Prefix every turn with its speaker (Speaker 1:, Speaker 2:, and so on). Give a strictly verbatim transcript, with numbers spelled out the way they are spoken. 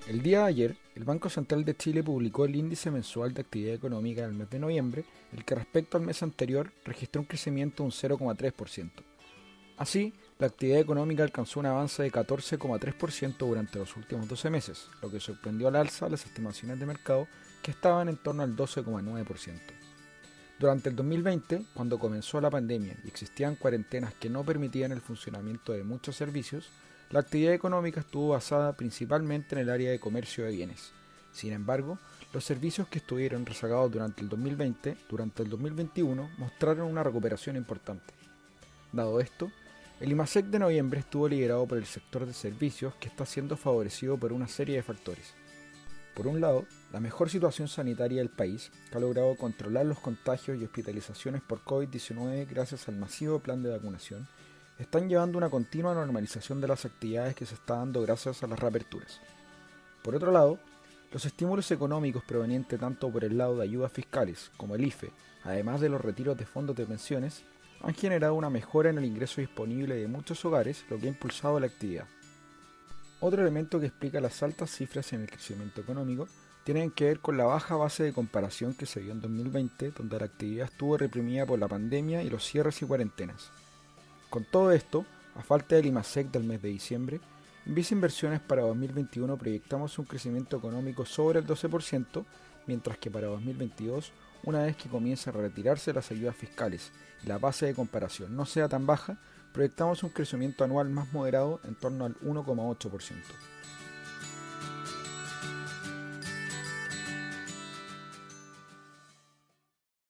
Speaker 1: El día de ayer, el Banco Central de Chile publicó el índice mensual de actividad económica del mes de noviembre, el que respecto al mes anterior registró un crecimiento de un cero coma tres por ciento. Así, la actividad económica alcanzó un avance de catorce coma tres por ciento durante los últimos doce meses, lo que sorprendió al alza las estimaciones de mercado que estaban en torno al doce coma nueve por ciento. Durante el dos mil veinte, cuando comenzó la pandemia y existían cuarentenas que no permitían el funcionamiento de muchos servicios, la actividad económica estuvo basada principalmente en el área de comercio de bienes. Sin embargo, los servicios que estuvieron rezagados durante el dos mil veinte, durante el dos mil veintiuno, mostraron una recuperación importante. Dado esto, el IMASEC de noviembre estuvo liderado por el sector de servicios, que está siendo favorecido por una serie de factores. Por un lado, la mejor situación sanitaria del país, que ha logrado controlar los contagios y hospitalizaciones por COVID diecinueve gracias al masivo plan de vacunación, están llevando una continua normalización de las actividades que se está dando gracias a las reaperturas. Por otro lado, los estímulos económicos provenientes tanto por el lado de ayudas fiscales como el I F E, además de los retiros de fondos de pensiones, han generado una mejora en el ingreso disponible de muchos hogares, lo que ha impulsado la actividad. Otro elemento que explica las altas cifras en el crecimiento económico tiene que ver con la baja base de comparación que se vio en dos mil veinte, donde la actividad estuvo reprimida por la pandemia y los cierres y cuarentenas. Con todo esto, a falta del IMASEC del mes de diciembre, en Visa Inversiones para dos mil veintiuno proyectamos un crecimiento económico sobre el doce por ciento, mientras que para dos mil veintidós, una vez que comiencen a retirarse las ayudas fiscales y la base de comparación no sea tan baja, proyectamos un crecimiento anual más moderado en torno al uno coma ocho por ciento.